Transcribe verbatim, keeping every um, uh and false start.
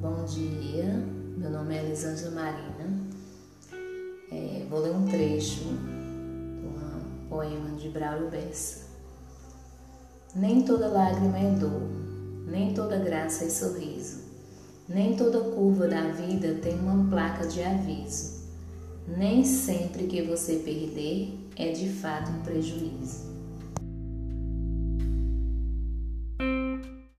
Bom dia, meu nome é Elisângela Marina. É, vou ler um trecho de um poema de Braulio Bessa. Nem toda lágrima é dor, nem toda graça é sorriso, nem toda curva da vida tem uma placa de aviso, nem sempre que você perder é de fato um prejuízo.